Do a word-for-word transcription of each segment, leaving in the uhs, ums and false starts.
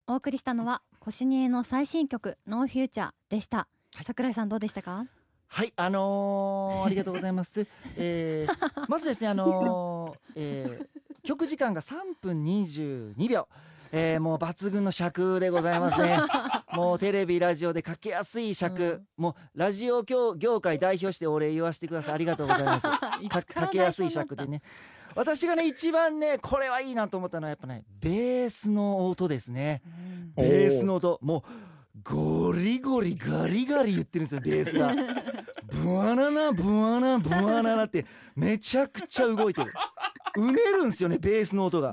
お送りしたのはコシニエの最新曲ノーフューチャーでした。はい、桜井さんどうでしたか？ はいあのー、ありがとうございます、えー、まずですねあのーえー、曲時間がさんぷんにじゅうにびょう、えー、もう抜群の尺でございますねもうテレビラジオでかけやすい尺、うん、もうラジオ業界代表してお礼言わせてください。ありがとうございますか, かけやすい尺でね。私がね一番ねこれはいいなと思ったのはやっぱねベースの音ですね、うん、ベースの音もうゴリゴリガリガリ言ってるんですよベースがブワナナブワナブワナナってめちゃくちゃ動いてるうねるんですよねベースの音が、うん、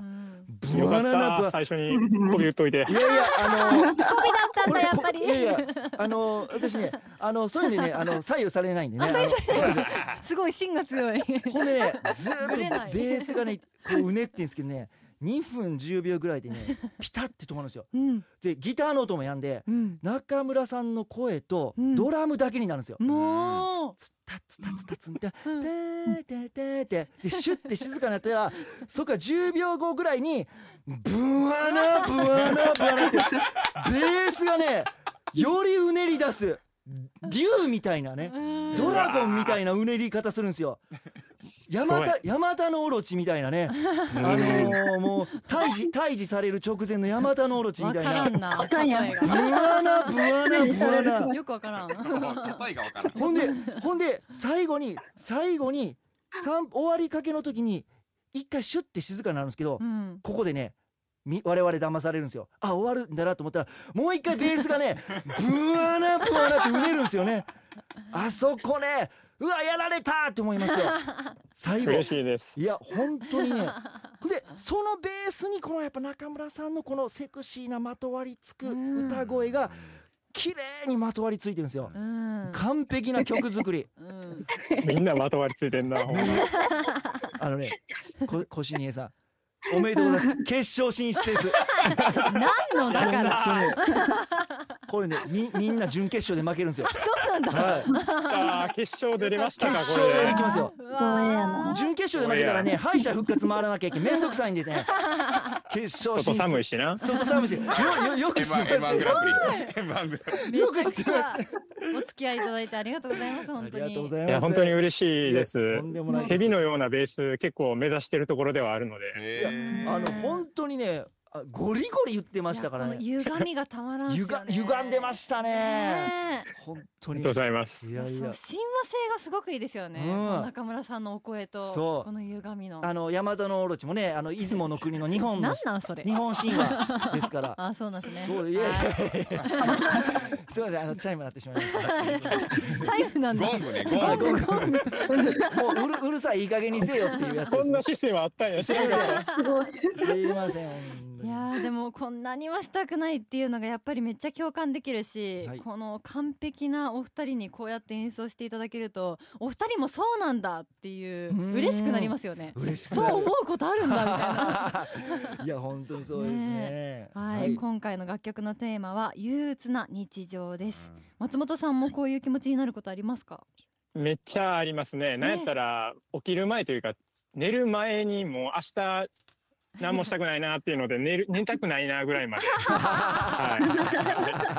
ブワナナブワ最初にこび打っといていやいやあのこびだったんだやっぱりいやいやあの私ねあのそういうのねあの左右されないんでね。 あすごい芯が強いほんでねずっとベースがねこううねってんですけどねにふんじゅうびょうぐらいでねピタッて止まるんですよ、うん、でギターの音もやんで、うん、中村さんの声とドラムだけになるんですよ、うん、もうツッタツタツタツンタテーテーテーテーでシュッて静かになったらそっからじゅうびょうごぐらいにブワナブワナブワナってベースがねよりうねり出す竜みたいなねドラゴンみたいなうねり方するんですよ。ヤマタヤマタノオロチみたいなねあのー、もう退治退治される直前のヤマタノオロチみたいなわからんなブワナブワナブワナよくわからんほんでほんで最後に最後に終わりかけの時に一回シュッて静かになるんですけど、うん、ここでね我々騙されるんですよ。あ終わるんだなと思ったらもう一回ベースがねブワナブワナってうねるんですよね。あそこねうわやられたって思いますよ最後。 嬉しいです。 いや本当にねでそのベースにこのやっぱ中村さんのこのセクシーなまとわりつく歌声が綺麗にまとわりついてるんですよ。完璧な曲作りみんなまとわりついてんなあのねこコシニエさんおめでとうございます決勝進出です何のだからこれね み, みんな準決勝で負けるんですよ。 そうなんだ、はい、 あ決勝出れましたか。 決勝でいきますよ。準決勝で負けたらね敗者復活回らなきゃいけないめんどくさいんでね決勝進出。 外寒いしな外寒いし よ, よ, よく知ってますよく知ってますお付き合いいただいてありがとうございます本当に。 ありがとうございます。 いや本当に嬉しいです。蛇のようなベース結構目指してるところではあるので、 いやあの本当にねゴリゴリ言ってましたからね。 歪みがたまらんすよね。 歪んでましたね。本当に。 ありがとうございます。 いやいや親和性がすごくいいですよね。うん、中村さんのお声とこの歪みの。 あの山田のオロチもね、あの出雲の国の日本のなんなんそれ日本神話ですから。 あ、そうなんですね。 そういやいやいや。すみません、あのチャイム鳴ってしまいました。 チャイムなんだ。 ゴングね、ゴング。 もううるうるさいいい加減にせよっていうやつです。 こんなシステムあったんや。知らなかった。 すごい。すいません。 いやでもこんなにはしたくないっていうのがやっぱりめっちゃ共感できるし、はい、この完璧なお二人にこうやって演奏していただけるとお二人もそうなんだっていう嬉しくなりますよね。 嬉しくそう思うことあるんだみたいな。 いや本当にそうですね。 ねはい、はい、今回の楽曲のテーマは憂鬱な日常です。松本さんもこういう気持ちになることありますか？ めっちゃありますね。なんやったら起きる前というか寝る前にもう明日何もしたくないなっていうので 寝, る寝たくないなぐらいまで、はい、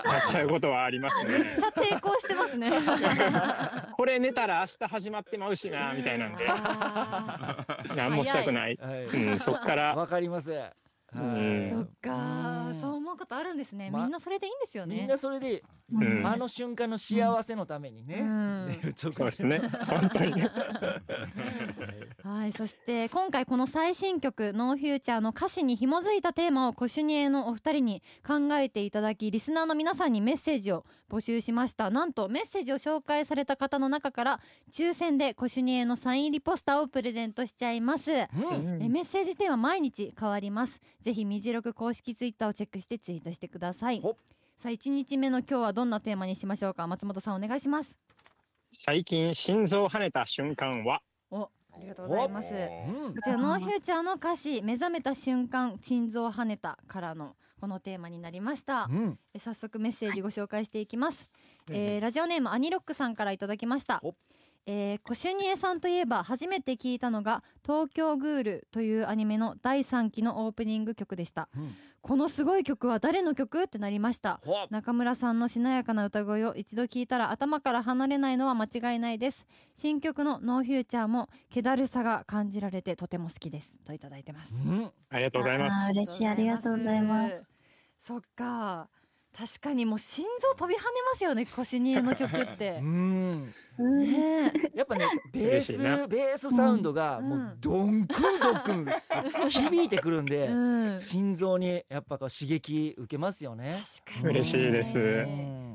やっちゃうことはありますね。 さあ抵抗してますね。 これ寝たら明日始まってまうしなみたいなんで何もしたくない、はいうん、そっからわかります。 うん、そっかそう思うことあるんですね、ま、みんなそれでいいんですよね。 みんなそれで、うん、あの瞬間の幸せのためにね、うん、 そうですね本当にはい、そして今回この最新曲ノーフューチャーの歌詞に紐づいたテーマをコシュニエのお二人に考えていただきリスナーの皆さんにメッセージを募集しました。なんとメッセージを紹介された方の中から抽選でコシュニエのサイン入りポスターをプレゼントしちゃいます、うん、えメッセージテーマ毎日変わります。ぜひみじろく公式ツイッターをチェックしてツイートしてください。さあいちにちめの今日はどんなテーマにしましょうか。松本さんお願いします。 最近心臓跳ねた瞬間は。 おありがとうございます。こちらノーフューチャーの歌詞目覚めた瞬間心臓跳ねたからのこのテーマになりました、うん、え早速メッセージご紹介していきます、はいえー、ラジオネームアニロックさんからいただきました。 えー、コシュニエさんといえば初めて聞いたのが東京グールというアニメのだいさんきのオープニング曲でした、うん、このすごい曲は誰の曲ってなりました。中村さんのしなやかな歌声を一度聞いたら頭から離れないのは間違いないです。新曲のノーフューチャーも気だるさが感じられてとても好きですといただいてます、 うん、ありがとうございます。 嬉しい、ありがとうございます。 そっか、確かにもう心臓飛び跳ねますよね、コシュニエの曲ってうん、 ね、やっぱねベースベースサウンドがもうドンクンドンクン響いてくるんで、うん、心臓にやっぱこう刺激受けますよね。 確かに嬉しいです、うん 、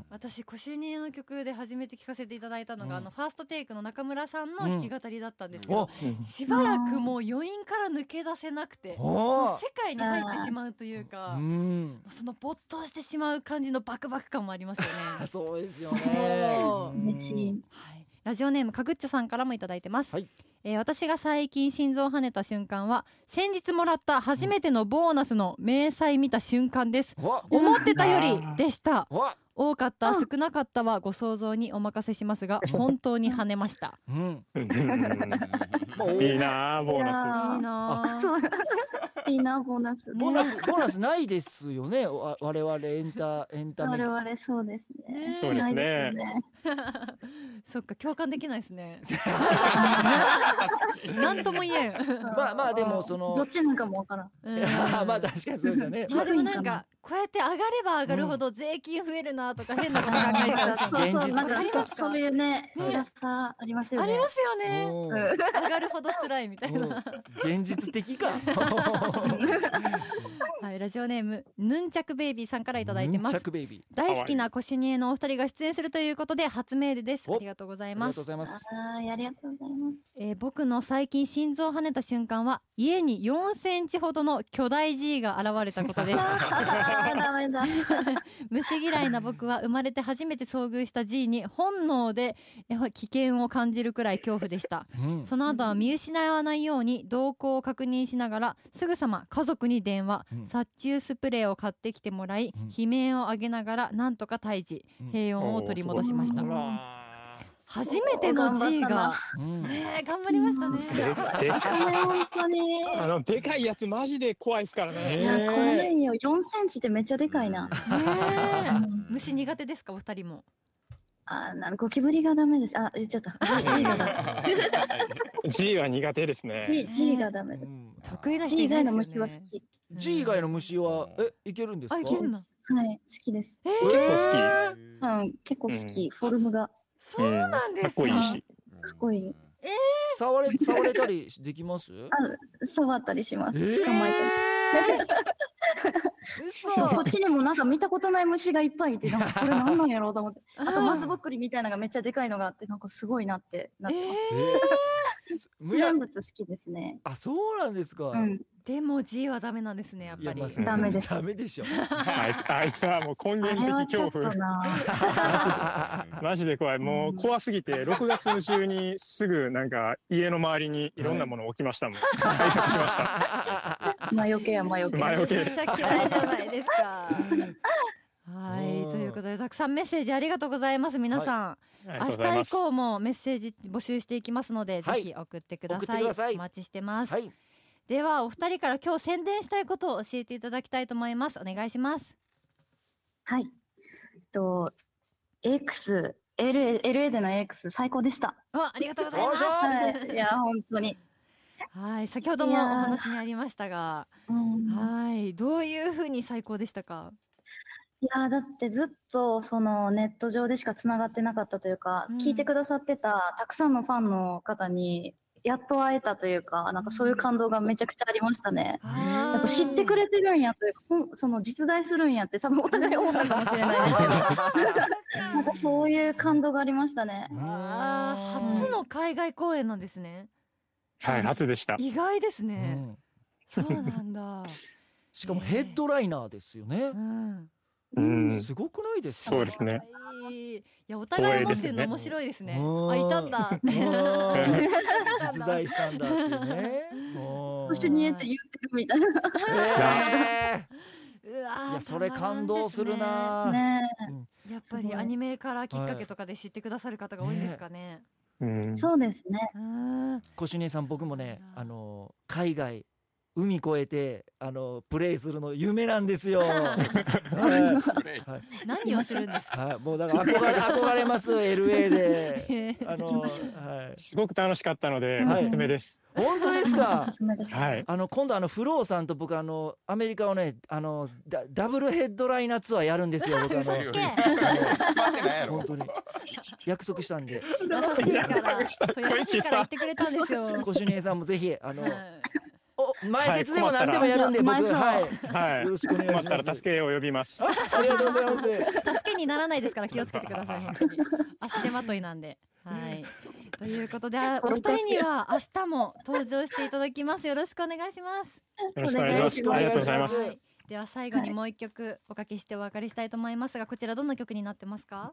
私コシュニエの曲で初めて聴かせていただいたのが、うん、あのファーストテイクの中村さんの弾き語りだったんですけど、うん、しばらくもう余韻から抜け出せなくて、その世界に入ってしまうというか、うん、その没頭してしまう感じのバクバク感もありますよねそうですよね。 嬉しい、 はい、ラジオネームかぐっちょさんからもいただいてます、はい、えー、私が最近心臓を跳ねた瞬間は先日もらった初めてのボーナスの明細見た瞬間です、うん、思ってたよりでした。多かった少なかったはご想像にお任せしますが本当に跳ねました、うん、 いいなボーナス。 いいなそういいなボーナス、 ね、ボーナスボーナスないですよね。我々エンタエンタメ我々そうですね。 ね、そうですね。 そっか、共感できないですねなんとも言えんまあまあでもそのどっちなんかもわからん、 うん、まあ確かにそうですよねまあでもなんかこうやって上がれば上がるほど税金増えるなとか変なこと考えたら、 うん、そうそう、なんかそういうね辛さありますよね。 ありますよね、うん、上がるほど辛いみたいな現実的かはい、ラジオネームヌンチャクベイビーさんからいただいてます。大好きなコシュニエのお二人が出演するということで初メールです。ありがとうございます。 ありがとうございます。ありがとうございます、 えー、僕の最近心臓を跳ねた瞬間は家によんセンチほどの巨大 G が現れたことですダメだ虫嫌いな僕は生まれて初めて遭遇した G に本能で危険を感じるくらい恐怖でした、うん、その後は見失わないように動向を確認しながらすぐさま家族に電話、うん、殺虫スプレーを買ってきてもらい、うん、悲鳴を上げながらなんとか退治、うん、平穏を取り戻しました。初めての G が、ね、頑張りましたね。 でかい本当にあのでかいやつマジで怖いですからね。 いや怖いよ。よんセンチってめっちゃでかいな。ね虫苦手ですかお二人も？ あ、なんゴキブリがダメです。あ、言っちゃった。G がダメ。 G は苦手ですね。 G, G がダメです。 得意な人 G 以外の虫は好き。 G 以外の虫はえいけるんですか？ あ、いけるの。はい、好きです。 えー、結構好き。うん、結構好き。うん、フォルムが。 そうなんですか。 かっこいいし。 かっこいい。 えー、 触れ触れたりできます？ あ、触ったりします。えー、捕まえたり。そうこっちにもなんか見たことない虫がいっぱいいて、なんかこれなんなんやろうと思って、あと松ぼっくりみたいなのがめっちゃでかいのがあって、なんかすごいなってなってます。えー、自然物好きですね。 あ、そうなんですか。 うん、 でも G はダメなんですね、やっぱり。 ダメです。 ダメでしょ。 あいつあいつはもう根源的恐怖。マジでマジで怖い。もう怖すぎてろくがつ中にすぐなんか家の周りにいろんなもの置きましたもん。対策しました。 魔除けや魔除け。 魔除け。 めっちゃ嫌いじゃないですか。はい、ということでたくさんメッセージありがとうございます皆さん。はい、明日以降もメッセージ募集していきますので、はい、ぜひ送ってください。 さいお待ちしてます。 はい、 ではお二人から今日宣伝したいことを教えていただきたいと思います。お願いします。 はい。えっと X、エルエー、エルエー での X 最高でした。 あ、ありがとうございます。 はい、いや本当に。 はい、先ほどもお話にありましたが、はい、どういう風に最高でしたか？ いやだってずっとそのネット上でしかつながってなかったというか、うん、聞いてくださってたたくさんのファンの方にやっと会えたというか、なんかそういう感動がめちゃくちゃありましたね。やっぱ知ってくれてるんやというか、その実在するんやって多分お互い思ったかもしれないですけどなんかそういう感動がありましたね。 あ、初の海外公演なんですね。 はい、初でした。 意外ですね。うん、そうなんだ。 しかもヘッドライナーですよね。 うんうん、すごくないですか？ そうですね。 いや、お互い持ってるの面白いですね。あ、いたんだ。 実在したんだっていうね。 コシュニエって言ってるみたいな。 えー、いや、それ感動するな。 ね、 やっぱりアニメからきっかけとかで知ってくださる方が多いんですかね。 うんそうですね。 うんコシュニエさん、僕もね、 あらあの海外海越えてあのプレイするの夢なんですよ。はいプレイはい何をするんですか。 はい、もうだから憧れ憧れます エルエー で。あのはいすごく楽しかったので、 はいおすすめです。 本当ですおかす。すめです。 はい。 あの今度あのフローさんと僕あのアメリカをねあのダダブルヘッドライナーツアーやるんですよ。僕あの嘘つけ決まってないやろ本当に約束したんで、 優しいからそう優しいから言ってくれたんですよ。 コシュニエさんもぜひあのはいお前説でも何でもやるんで、僕はい困ったらはいはい。 よろしくお願いします。 困ったら助けを呼びます。 あありがとうございます。 助けにならないですから気をつけてください本当に。足手まといなんで。はい。ということであお二人には明日も登場していただきます。よろしくお願いします。 よろしくお願いします。 お願いしますありがとうございます。 はいはい。では最後にもう一曲おかけしてお別れしたいと思いますが、こちらどんな曲になってますか。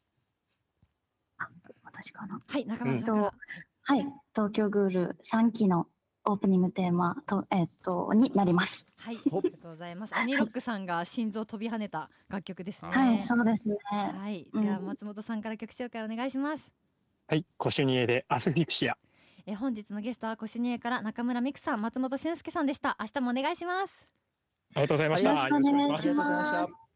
私かな。 はい、中村さんから。 はい、東京グールさんきのオープニングテーマとえっとになります。 はい、ありがとうございます。アニロックさんが心臓飛び跳ねた楽曲ですね。 はい、そうですね。 はい、 うんでは松本さんから曲紹介お願いします。 はい。コシュニエでアスフィクシア。 え本日のゲストはコシュニエから中村美久さん、松本俊介さんでした。明日もお願いします。 ありがとうございました。 よろしくお願いしますありがとうございました。